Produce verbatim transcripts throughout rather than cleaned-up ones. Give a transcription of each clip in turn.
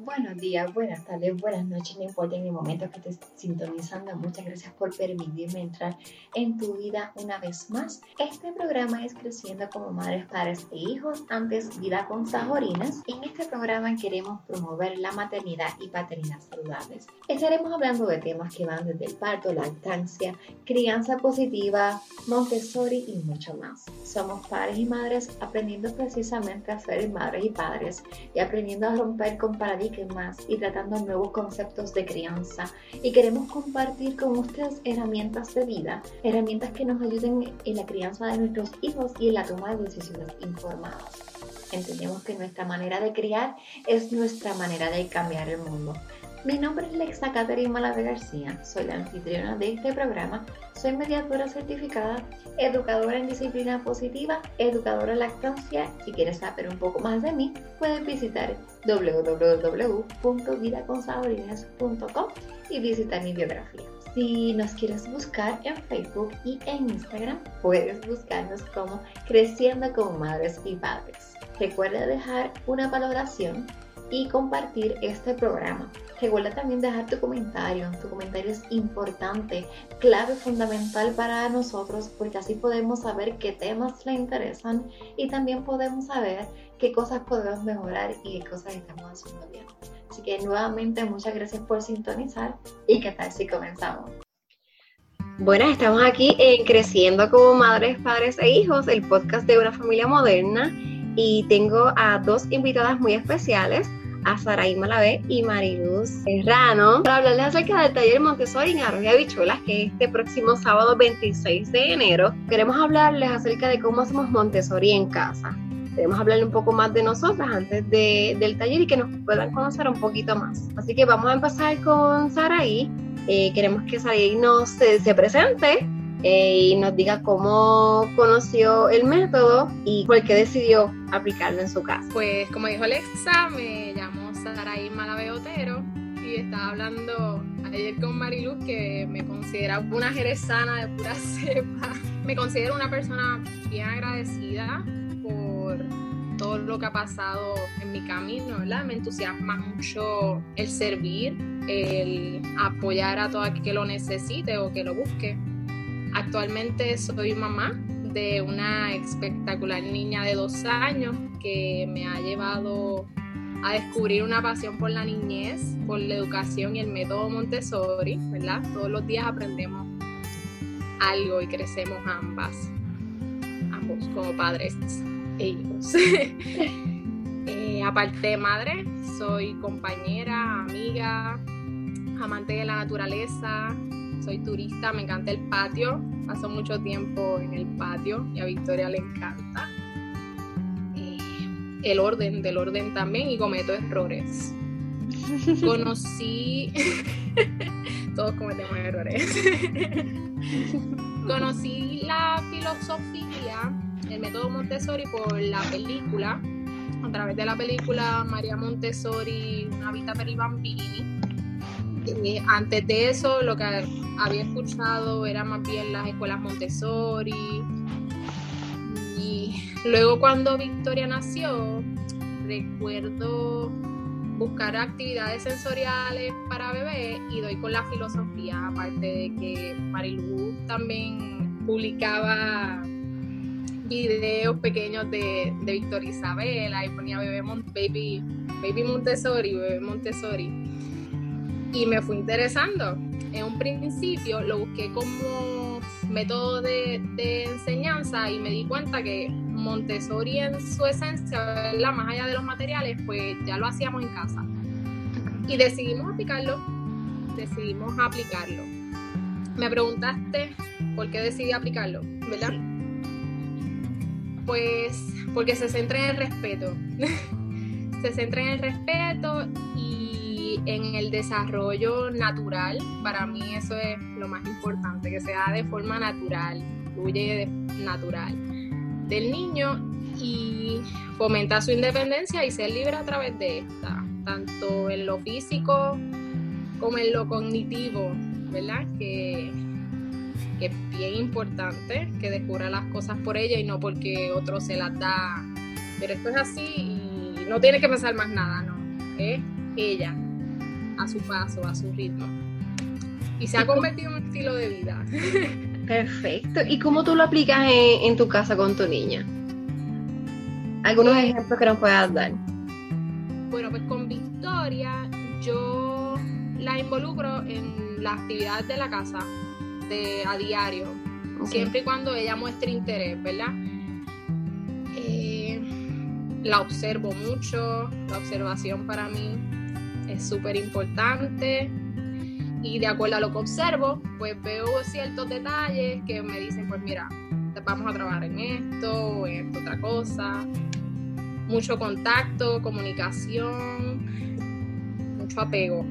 Buenos días, buenas tardes, buenas noches, no importa en el momento que estés sintonizando. Muchas gracias por permitirme entrar en tu vida una vez más. Este programa es Creciendo como Madres, Padres e Hijos, antes Vida con Sajorinas. En este programa queremos promover la maternidad y paternidad saludables. Estaremos hablando de temas que van desde el parto, lactancia, crianza positiva, Montessori y mucho más. Somos padres y madres aprendiendo precisamente a ser madres y padres y aprendiendo a romper con paradigmas más y tratando nuevos conceptos de crianza, y queremos compartir con ustedes herramientas de vida, herramientas que nos ayuden en la crianza de nuestros hijos y en la toma de decisiones informadas. Entendemos que nuestra manera de criar es nuestra manera de cambiar el mundo. Mi nombre es Lexa Catherine Malave García, soy la anfitriona de este programa, soy mediadora certificada, educadora en disciplina positiva, educadora en lactancia. Si quieres saber un poco más de mí, puedes visitar doble u doble u doble u punto vida con sajorinas punto com y visitar mi biografía. Si nos quieres buscar en Facebook y en Instagram, puedes buscarnos como Creciendo como Madres y Padres. Recuerda dejar una valoración y compartir este programa. Recuerda también dejar tu comentario. Tu comentario es importante, clave, fundamental para nosotros, porque así podemos saber qué temas le interesan y también podemos saber qué cosas podemos mejorar y qué cosas estamos haciendo bien. Así que nuevamente muchas gracias por sintonizar y qué tal si comenzamos. Bueno, estamos aquí en Creciendo como Madres, Padres e Hijos, el podcast de una familia moderna, y tengo a dos invitadas muy especiales, a Saraí Malave y Mariluz Serrano, para hablarles acerca del taller Montessori en Arroyo Habichuelas, que es este próximo sábado veintiséis de enero. Queremos hablarles acerca de cómo hacemos Montessori en casa. Queremos hablarles un poco más de nosotras antes de, del taller y que nos puedan conocer un poquito más. Así que vamos a empezar con Saraí. Eh, queremos que Saraí nos se, se presente eh, y nos diga cómo conoció el método y por qué decidió aplicarlo en su casa. Pues como dijo Alexa, me llamo Saraí Malave Otero y estaba hablando ayer con Mariluz que me considera una jerezana de pura cepa. Me considero una persona bien agradecida por todo lo que ha pasado en mi camino, ¿verdad? Me entusiasma mucho el servir, el apoyar a todo aquel que lo necesite o que lo busque. Actualmente soy mamá de una espectacular niña de dos años que me ha llevado a descubrir una pasión por la niñez, por la educación y el método Montessori, ¿verdad? Todos los días aprendemos algo y crecemos ambas, ambos como padres e hijos. eh, aparte de madre, soy compañera, amiga, amante de la naturaleza. Soy turista, me encanta el patio, paso mucho tiempo en el patio y a Victoria le encanta. Eh, el orden, del orden también, y cometo errores. Conocí, todos cometemos errores. Conocí la filosofía, el método Montessori por la película, a través de la película María Montessori, Una vita per i bambini. Eh, antes de eso, lo que había escuchado era más bien las escuelas Montessori. Y luego, cuando Victoria nació, recuerdo buscar actividades sensoriales para bebé y doy con la filosofía, aparte de que Mariluz también publicaba videos pequeños de, de Victoria Isabel, ahí ponía bebé Mon- baby, baby Montessori, bebé Montessori. Y me fui interesando. En un principio lo busqué como método de, de enseñanza y me di cuenta que Montessori en su esencia, ¿verdad? Más allá de los materiales, pues ya lo hacíamos en casa. Y decidimos aplicarlo. Decidimos aplicarlo. Me preguntaste por qué decidí aplicarlo, ¿verdad? Sí. Pues porque se centra en el respeto. Se centra en el respeto y en el desarrollo natural. Para mí eso es lo más importante, que sea de forma natural, fluye de natural del niño y fomenta su independencia y ser libre a través de esta, tanto en lo físico como en lo cognitivo, ¿verdad? Que, que es bien importante que descubra las cosas por ella y no porque otro se las da, pero esto es así y no tiene que pasar más nada, ¿no? ¿Eh? ella, a su paso, a su ritmo. Y se ha convertido en un estilo de vida. Perfecto. ¿Y cómo tú lo aplicas en, en tu casa con tu niña? ¿Algunos eh, ejemplos que nos puedas dar? Bueno, pues con Victoria yo la involucro en las actividades de la casa de, a diario, okay. Siempre y cuando ella muestre interés, ¿verdad? Eh, la observo mucho, la observación para mí es súper importante. Y de acuerdo a lo que observo, pues veo ciertos detalles que me dicen, pues mira, vamos a trabajar en esto o en esta otra cosa. Mucho contacto, comunicación, mucho apego.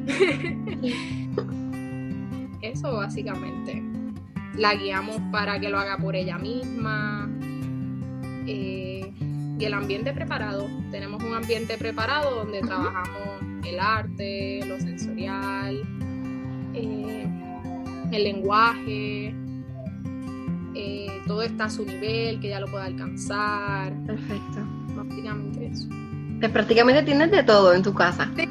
Eso básicamente. La guiamos para que lo haga por ella misma. Eh, y el ambiente preparado. Tenemos un ambiente preparado donde uh-huh. trabajamos el arte, lo sensorial, Eh, el lenguaje, eh, todo está a su nivel, que ella lo pueda alcanzar. Perfecto. Prácticamente eso. Pues prácticamente tienes de todo en tu casa. Sí,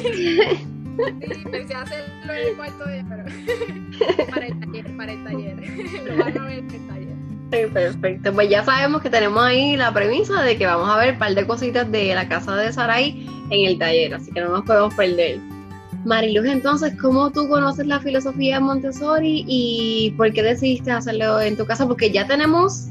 sí, pensé hacerlo en el cuarto de pero para el taller, para el taller. Lo van a ver en el taller. Sí, perfecto. Pues ya sabemos que tenemos ahí la premisa de que vamos a ver un par de cositas de la casa de Sarai en el taller, así que no nos podemos perder. Mariluz, entonces, ¿cómo tú conoces la filosofía Montessori y por qué decidiste hacerlo en tu casa? Porque ya tenemos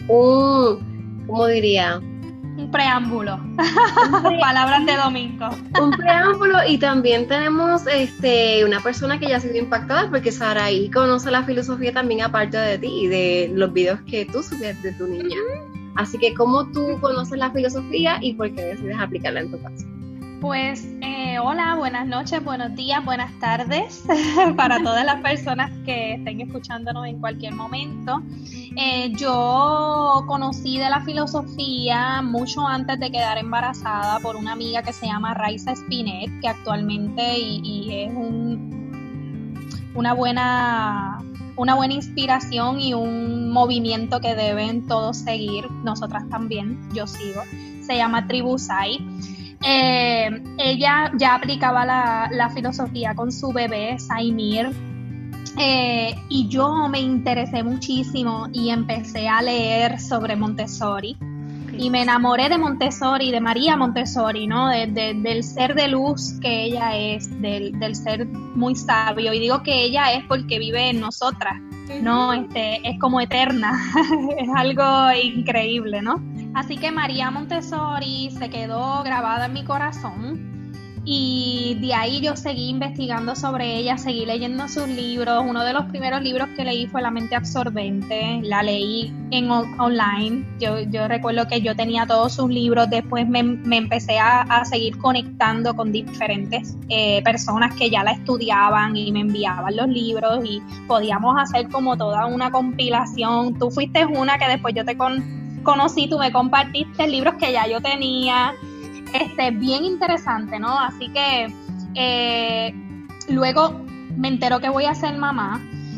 un, ¿cómo diría? Un preámbulo. Un pre- Palabras de domingo. Un preámbulo y también tenemos este una persona que ya ha sido impactada porque Sarai conoce la filosofía también aparte de ti y de los videos que tú subes de tu niña. Así que, ¿cómo tú conoces la filosofía y por qué decides aplicarla en tu casa? Pues, eh, hola, buenas noches, buenos días, buenas tardes para todas las personas que estén escuchándonos en cualquier momento. Eh, yo conocí de la filosofía mucho antes de quedar embarazada por una amiga que se llama Raiza Spinet, que actualmente y, y es un, una buena... una buena inspiración y un movimiento que deben todos seguir, nosotras también, yo sigo, se llama Tribusai. Eh, ella ya aplicaba la, la filosofía con su bebé, Saimir, eh, y yo me interesé muchísimo y empecé a leer sobre Montessori. Y me enamoré de Montessori, de María Montessori, ¿no? De, de, del ser de luz que ella es, del, del ser muy sabio. Y digo que ella es porque vive en nosotras, ¿no? Este, es como eterna, es algo increíble, ¿no? Así que María Montessori se quedó grabada en mi corazón. Y de ahí yo seguí investigando sobre ella, seguí leyendo sus libros. Uno de los primeros libros que leí fue La mente absorbente, la leí en online. Yo, yo recuerdo que yo tenía todos sus libros, después me, me empecé a, a seguir conectando con diferentes eh, personas que ya la estudiaban y me enviaban los libros y podíamos hacer como toda una compilación. Tú fuiste una que después yo te con, conocí, tú me compartiste libros que ya yo tenía. Este, bien interesante, ¿no? Así que eh, luego me entero que voy a ser mamá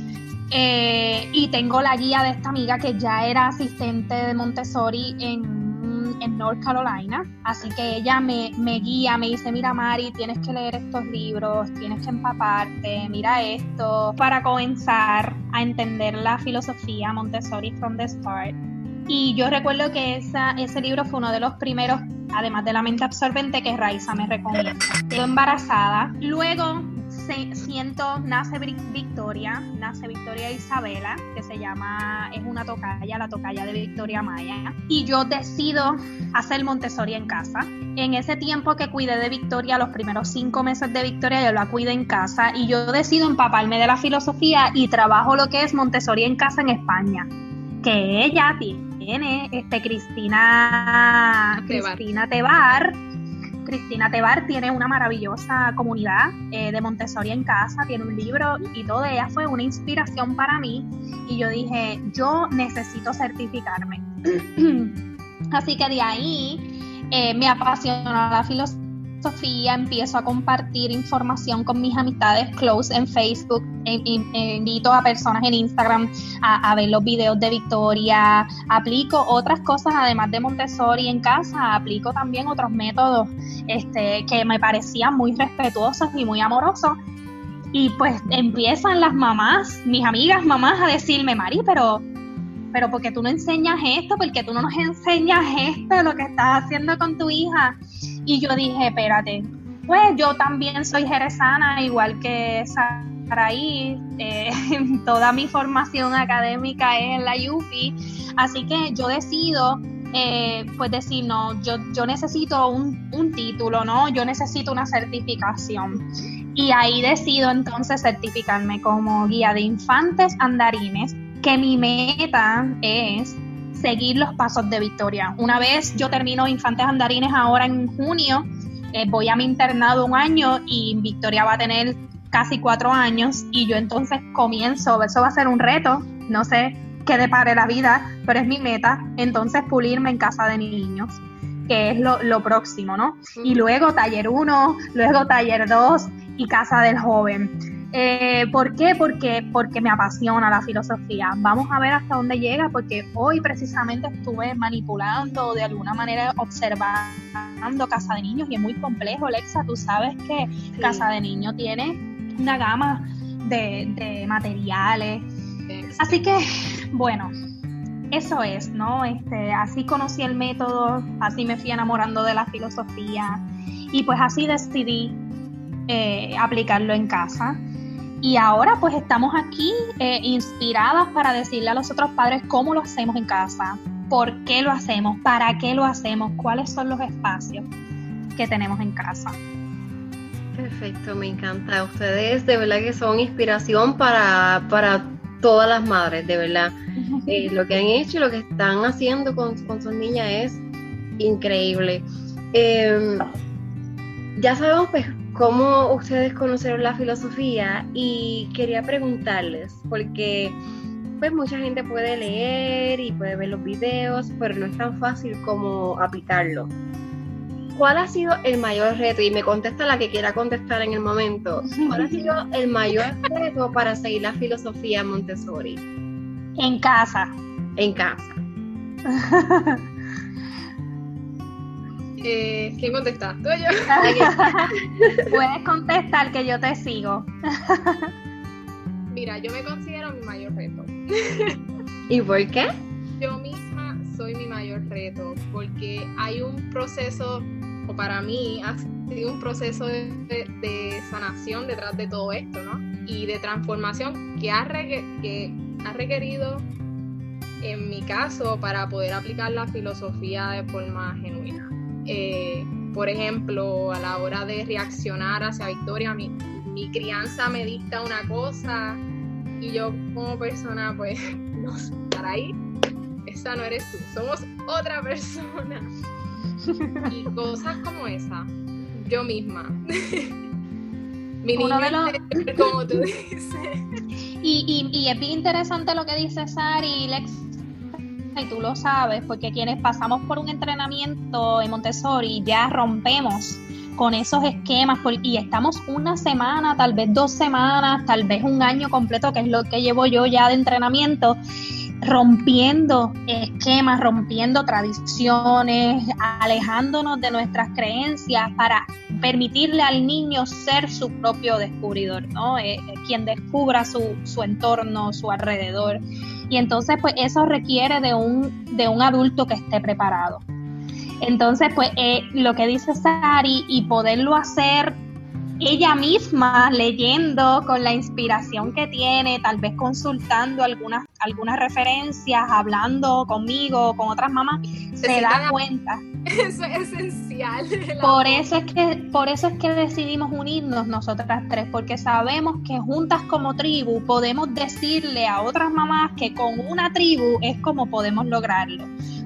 eh, y tengo la guía de esta amiga que ya era asistente de Montessori en, en North Carolina, así que ella me, me guía, me dice, mira Mari, tienes que leer estos libros, tienes que empaparte, mira esto, para comenzar a entender la filosofía Montessori from the start. Y yo recuerdo que esa, ese libro fue uno de los primeros, además de La mente absorbente, que Raiza me recomienda. Quedo embarazada. Luego se, siento, nace Victoria, nace Victoria Isabela, que se llama, es una tocaya, la tocaya de Victoria Maya. Y yo decido hacer Montessori en casa. En ese tiempo que cuidé de Victoria, los primeros cinco meses de Victoria, yo la cuidé en casa. Y yo decido empaparme de la filosofía y trabajo lo que es Montessori en casa en España. Que ella tiene. Tiene este Cristina Cristina Tebar. Cristina Tebar tiene una maravillosa comunidad eh, de Montessori en casa, tiene un libro y todo. Ella fue una inspiración para mí y yo dije, yo necesito certificarme. Así que de ahí eh, me apasionó la filosofía filosofía, empiezo a compartir información con mis amistades close en Facebook, e, e, e invito a personas en Instagram a, a ver los videos de Victoria, aplico otras cosas además de Montessori en casa, aplico también otros métodos este, que me parecían muy respetuosos y muy amorosos. Y pues empiezan las mamás, mis amigas mamás, a decirme, Mari, pero... pero ¿por qué tú no enseñas esto? ¿Por qué tú no nos enseñas esto, lo que estás haciendo con tu hija? Y yo dije, espérate, pues yo también soy jerezana, igual que Saraí, eh, toda mi formación académica es en la U P I, así que yo decido, eh, pues decir, no, yo, yo necesito un, un título, ¿no? Yo necesito una certificación. Y ahí decido entonces certificarme como guía de infantes andarines, que mi meta es seguir los pasos de Victoria. Una vez yo termino Infantes Andarines ahora en junio, eh, voy a mi internado un año y Victoria va a tener casi cuatro años y yo entonces comienzo, eso va a ser un reto, no sé qué depare la vida, pero es mi meta, entonces pulirme en casa de niños, que es lo, lo próximo, ¿no? Y luego taller uno, luego taller dos y casa del joven. Eh, ¿Por qué? Porque, porque me apasiona la filosofía. Vamos a ver hasta dónde llega, porque hoy precisamente estuve manipulando, de alguna manera observando Casa de Niños, y es muy complejo, Lexa. Tú sabes que sí. Casa de Niños tiene una gama de, de materiales. Sí. Así que, bueno, eso es, ¿no? Este, así conocí el método, así me fui enamorando de la filosofía, y pues así decidí eh, aplicarlo en casa. Y ahora pues estamos aquí eh, inspiradas para decirle a los otros padres cómo lo hacemos en casa, por qué lo hacemos, para qué lo hacemos, cuáles son los espacios que tenemos en casa. Perfecto, me encanta. Ustedes de verdad que son inspiración para, para todas las madres, de verdad. Eh, lo que han hecho y lo que están haciendo con, con sus niñas es increíble. Eh, ya sabemos pues cómo ustedes conocieron la filosofía, y quería preguntarles, porque pues mucha gente puede leer y puede ver los videos, pero no es tan fácil como aplicarlo. ¿Cuál ha sido el mayor reto? Y me contesta la que quiera contestar en el momento. ¿Cuál ha sido el mayor reto para seguir la filosofía Montessori? En casa. En casa. Eh, ¿Quién contesta? ¿Tú o yo? Puedes contestar, que yo te sigo. Mira, yo me considero mi mayor reto. ¿Y por qué? Yo misma soy mi mayor reto, porque hay un proceso, o para mí ha sido un proceso de, de, de sanación detrás de todo esto, ¿no? Y de transformación que ha, requer- que ha requerido, en mi caso, para poder aplicar la filosofía de forma genuina. Eh, por ejemplo, a la hora de reaccionar hacia Victoria, mi, mi crianza me dicta una cosa y yo como persona, pues, no sé, estar ahí, esa no eres tú, somos otra persona. Y cosas como esa, yo misma. Mi niño los... como tú dices. Y, y, y es bien interesante lo que dice Sari, Lex, y tú lo sabes, porque quienes pasamos por un entrenamiento en Montessori ya rompemos con esos esquemas, y estamos una semana, tal vez dos semanas, tal vez un año completo, que es lo que llevo yo ya de entrenamiento, rompiendo esquemas, rompiendo tradiciones, alejándonos de nuestras creencias para permitirle al niño ser su propio descubridor, ¿no? Eh, quien descubra su, su entorno, su alrededor. Y entonces pues eso requiere de un, de un adulto que esté preparado. Entonces pues eh, lo que dice Sari, y poderlo hacer ella misma, leyendo con la inspiración que tiene, tal vez consultando algunas, algunas referencias, hablando conmigo, con otras mamás, se, se da cuenta. Eso es esencial. Por eso es que, por eso es que decidimos unirnos nosotras tres, porque sabemos que juntas como tribu podemos decirle a otras mamás que con una tribu es como podemos lograrlo.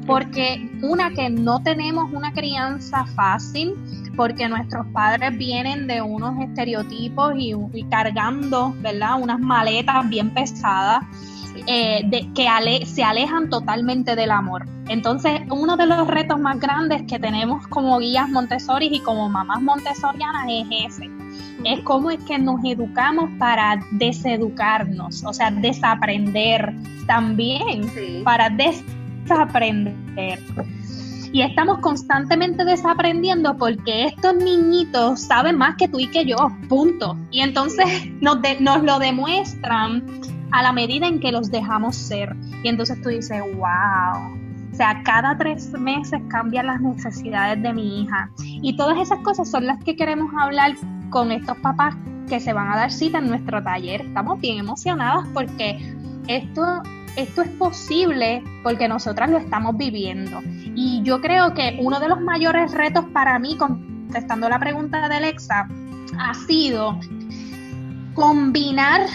porque una, que no tenemos una crianza fácil, porque nuestros padres vienen de unos estereotipos y, y cargando, ¿verdad?, unas maletas bien pesadas, eh, de, que ale, se alejan totalmente del amor. Entonces, uno de los retos más grandes que tenemos como guías Montessori y como mamás montessorianas es ese. Es cómo es que nos educamos para deseducarnos, o sea, desaprender también, sí. para desaprender. Y estamos constantemente desaprendiendo porque estos niñitos saben más que tú y que yo, punto. Y entonces nos, de, nos lo demuestran a la medida en que los dejamos ser. Y entonces tú dices, wow. O sea, cada tres meses cambian las necesidades de mi hija. Y todas esas cosas son las que queremos hablar con estos papás que se van a dar cita en nuestro taller. Estamos bien emocionadas porque esto, esto es posible porque nosotras lo estamos viviendo. Y yo creo que uno de los mayores retos para mí, contestando la pregunta de Alexa, ha sido combinar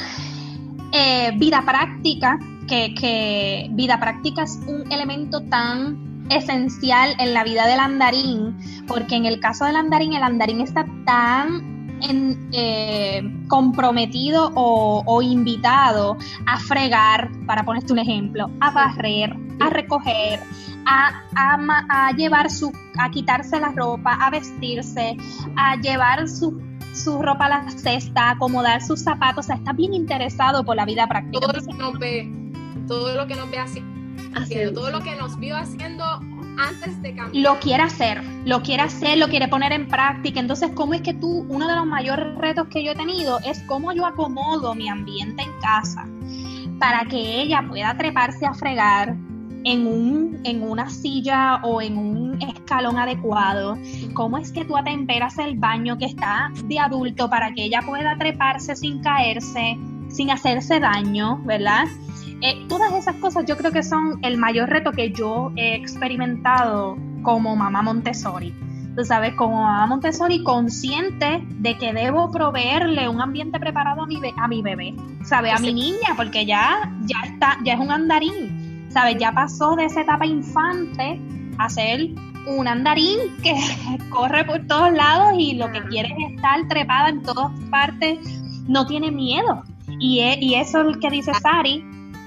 eh, vida práctica, que, que vida práctica es un elemento tan esencial en la vida del andarín, porque en el caso del andarín, el andarín está tan En, eh, comprometido o, o invitado a fregar, para ponerte un ejemplo, a barrer, a recoger, a, a, a llevar su, a quitarse la ropa, a vestirse, a llevar su, su ropa a la cesta, a acomodar sus zapatos. O sea, está bien interesado por la vida práctica. Todo lo que nos ve, todo lo que nos ve haciendo, todo lo que nos vio haciendo antes de cambiar. Lo quiere hacer, lo quiere hacer, lo quiere poner en práctica. Entonces, ¿cómo es que tú, uno de los mayores retos que yo he tenido es cómo yo acomodo mi ambiente en casa para que ella pueda treparse a fregar en un, en una silla o en un escalón adecuado? ¿Cómo es que tú atemperas el baño que está de adulto para que ella pueda treparse sin caerse, sin hacerse daño, ¿verdad? Eh, todas esas cosas yo creo que son el mayor reto que yo he experimentado como mamá Montessori. Tú sabes, como mamá Montessori, consciente de que debo proveerle un ambiente preparado a mi, be- a mi bebé, ¿sabes? A sí. mi niña, porque ya, ya está, ya es un andarín, ¿sabes? Ya pasó de esa etapa infante a ser un andarín que corre por todos lados y lo que quiere es estar trepada en todas partes, no tiene miedo. Y, es, y eso es lo que dice Sari,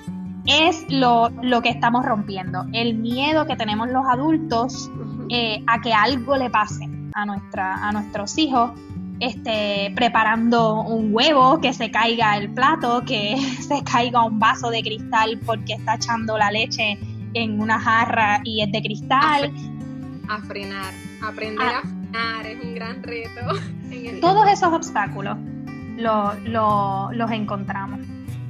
es lo, lo que estamos rompiendo, el miedo que tenemos los adultos eh, a que algo le pase a, nuestra, a nuestros hijos, este, preparando un huevo, que se caiga el plato, que se caiga un vaso de cristal porque está echando la leche en una jarra y es de cristal. A frenar, aprender a, a frenar es un gran reto. En el todos tiempo. Esos obstáculos lo, lo, los encontramos.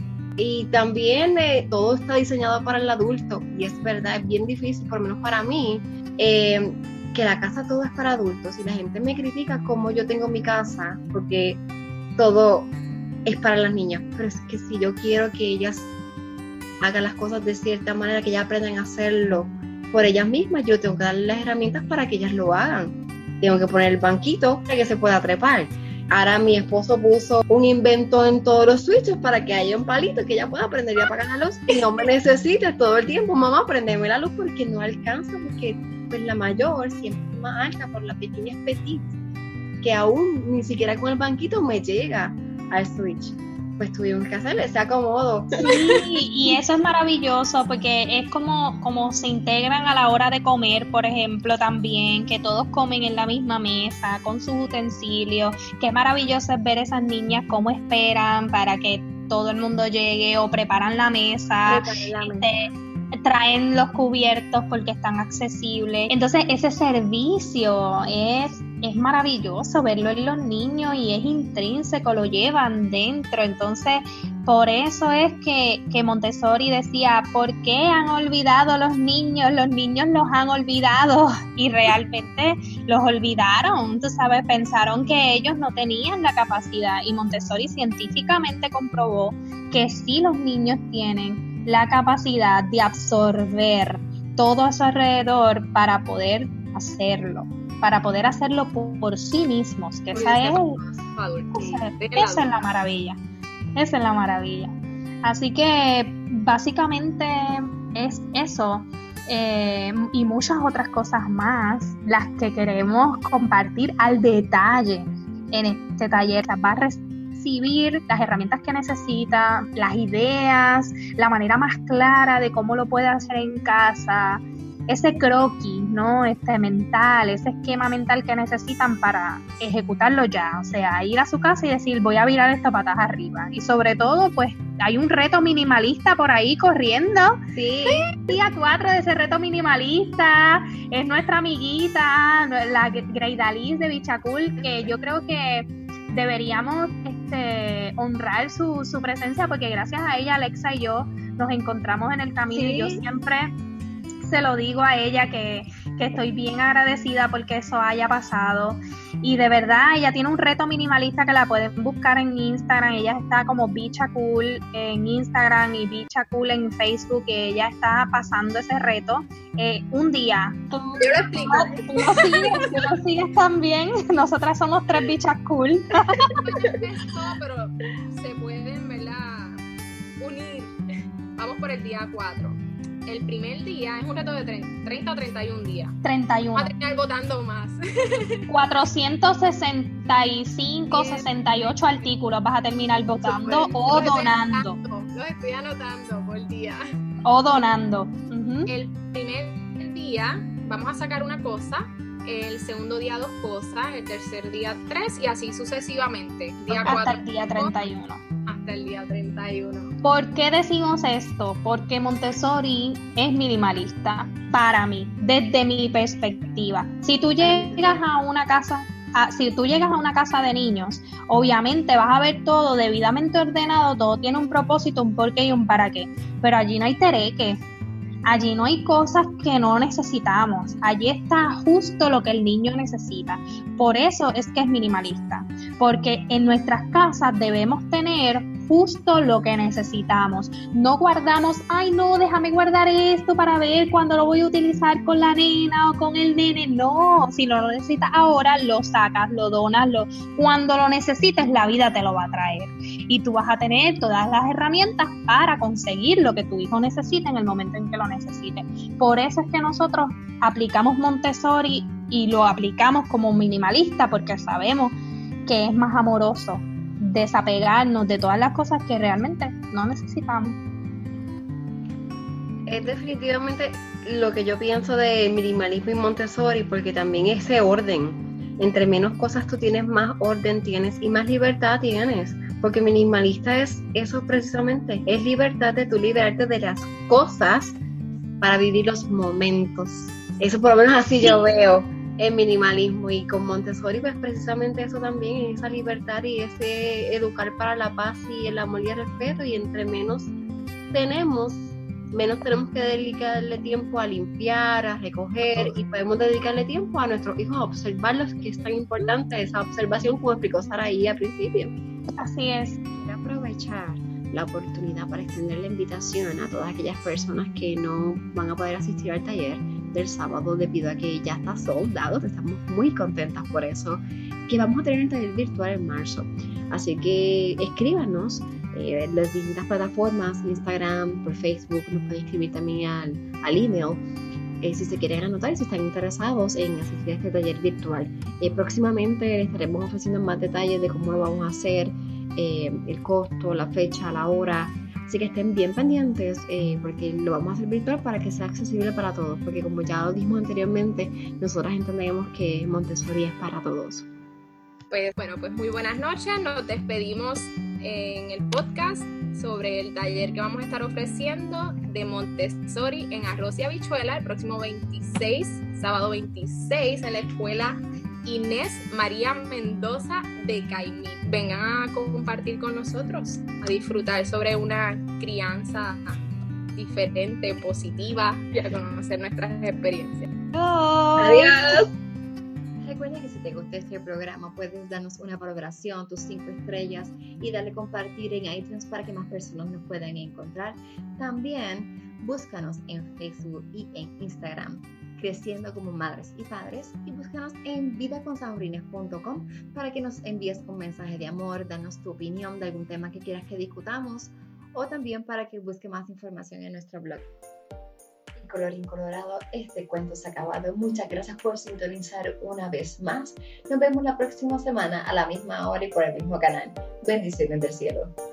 Y también eh, todo está diseñado para el adulto, y es verdad, es bien difícil, por lo menos para mí, eh, que la casa todo es para adultos, y la gente me critica cómo yo tengo mi casa, porque todo es para las niñas, pero es que si yo quiero que ellas hagan las cosas de cierta manera, que ellas aprendan a hacerlo por ellas mismas, yo tengo que darles las herramientas para que ellas lo hagan. Tengo que poner el banquito para que se pueda trepar. Ahora mi esposo puso un invento en todos los switches para que haya un palito que ella pueda prender y apagar la luz y no me necesite todo el tiempo, mamá, prendeme la luz, porque no alcanza, porque pues la mayor siempre es más alta, por la pequeña es petite, que aún ni siquiera con el banquito me llega al switch. Pues tuvimos que hacerle ese acomodo. Sí, y eso es maravilloso porque es como, como se integran a la hora de comer, por ejemplo, también, que todos comen en la misma mesa, con sus utensilios. Qué maravilloso es ver esas niñas cómo esperan para que todo el mundo llegue, o preparan la mesa, preparan la mesa. Este, traen los cubiertos porque están accesibles. Entonces ese servicio es... es maravilloso verlo en los niños y es intrínseco, lo llevan dentro. Entonces, por eso es que, que Montessori decía, ¿por qué han olvidado los niños? Los niños los han olvidado, y realmente los olvidaron, tú sabes, pensaron que ellos no tenían la capacidad, y Montessori científicamente comprobó que sí, los niños tienen la capacidad de absorber todo a su alrededor para poder hacerlo. para poder hacerlo por, por sí mismos, que esa es, esa, esa es la maravilla, esa es la maravilla. Así que básicamente es eso. eh, y muchas otras cosas más, las que queremos compartir al detalle en este taller. Va a recibir las herramientas que necesita, las ideas, la manera más clara de cómo lo puede hacer en casa, ese croquis, ¿no? Este mental, ese esquema mental que necesitan para ejecutarlo ya, o sea, ir a su casa y decir, voy a virar esta patas arriba. Y sobre todo, pues, hay un reto minimalista por ahí corriendo. Sí. Día cuatro de ese reto minimalista, es nuestra amiguita, la Greidaliz de Bichacul, que yo creo que deberíamos este, honrar su, su presencia, porque gracias a ella, Alexa y yo nos encontramos en el camino. Sí. Y yo siempre se lo digo a ella que, que estoy bien agradecida porque eso haya pasado. Y de verdad, ella tiene un reto minimalista que la pueden buscar en Instagram. Ella está como Bichacul en Instagram y Bichacul en Facebook. Y ella está pasando ese reto eh, un día. Tú, Yo lo explico. Tú, tú lo sigues, tú lo sigues también. Nosotras somos tres Bichacul. No, pero se pueden, ¿verdad?, unir. Vamos por el día cuatro. El primer día es un reto de treinta o treinta y un días. treinta y uno. Vamos a terminar votando más. cuatrocientos sesenta y cinco, Bien. sesenta y ocho artículos vas a terminar votando Super. o los donando. Anotando, los estoy anotando por día. O donando. Uh-huh. El primer día vamos a sacar una cosa, el segundo día dos cosas, el tercer día tres y así sucesivamente. Día Hasta cuatro, el día treinta y uno. Hasta el día treinta y uno. ¿Por qué decimos esto? Porque Montessori es minimalista para mí, desde mi perspectiva. Si tú llegas a una casa, a, si tú llegas a una casa de niños, obviamente vas a ver todo debidamente ordenado, todo tiene un propósito, un porqué y un para qué. Pero allí no hay tereque. Allí no hay cosas que no necesitamos. Allí está justo lo que el niño necesita. Por eso es que es minimalista. Porque en nuestras casas debemos tener justo lo que necesitamos. No guardamos, ay no, déjame guardar esto para ver cuándo lo voy a utilizar con la nena o con el nene. No, si no lo necesitas ahora, lo sacas, lo donas, lo... cuando lo necesites, la vida te lo va a traer. Y tú vas a tener todas las herramientas para conseguir lo que tu hijo necesita en el momento en que lo necesite. Por eso es que nosotros aplicamos Montessori y lo aplicamos como minimalista, porque sabemos que es más amoroso desapegarnos de todas las cosas que realmente no necesitamos. Es definitivamente lo que yo pienso de minimalismo y Montessori, porque también ese orden, entre menos cosas tú tienes, más orden tienes y más libertad tienes, porque minimalista es eso precisamente, es libertad de tú liberarte de las cosas para vivir los momentos. Eso por lo menos así sí. Yo veo el minimalismo, y con Montessori pues precisamente eso también, esa libertad y ese educar para la paz y el amor y el respeto, y entre menos tenemos, menos tenemos que dedicarle tiempo a limpiar, a recoger, y podemos dedicarle tiempo a nuestros hijos a observarlos, que es tan importante esa observación como explicó Saraí al principio. Así es. Quiero aprovechar la oportunidad para extender la invitación a todas aquellas personas que no van a poder asistir al taller del sábado debido a que ya está soldado. Estamos muy contentas por eso, que vamos a tener el taller virtual en marzo, así que escríbanos eh, en las distintas plataformas, Instagram, por Facebook, nos pueden escribir también al, al email eh, si se quieren anotar, si están interesados en asistir a este taller virtual. Eh, próximamente les estaremos ofreciendo más detalles de cómo lo vamos a hacer, eh, el costo, la fecha, la hora. Así que estén bien pendientes eh, porque lo vamos a hacer virtual para que sea accesible para todos, porque como ya lo dijimos anteriormente, nosotras entendemos que Montessori es para todos. Pues bueno, pues muy buenas noches, nos despedimos en el podcast sobre el taller que vamos a estar ofreciendo de Montessori en Arroz y Habichuela el próximo veintiséis, sábado veintiséis, en la escuela Inés María Mendoza de Caimí. Vengan a compartir con nosotros, a disfrutar sobre una crianza diferente, positiva, y a conocer nuestras experiencias. Oh. Adiós. Recuerda que si te gustó este programa puedes darnos una valoración, tus cinco estrellas, y darle compartir en iTunes para que más personas nos puedan encontrar. También búscanos en Facebook y en Instagram, Creciendo como Madres y Padres, y búscanos en vida con sanjurines punto com para que nos envíes un mensaje de amor, danos tu opinión de algún tema que quieras que discutamos, o también para que busque más información en nuestro blog. colorín colorado, este cuento se ha acabado. Muchas gracias por sintonizar una vez más. Nos vemos la próxima semana a la misma hora y por el mismo canal. Bendiciones del cielo.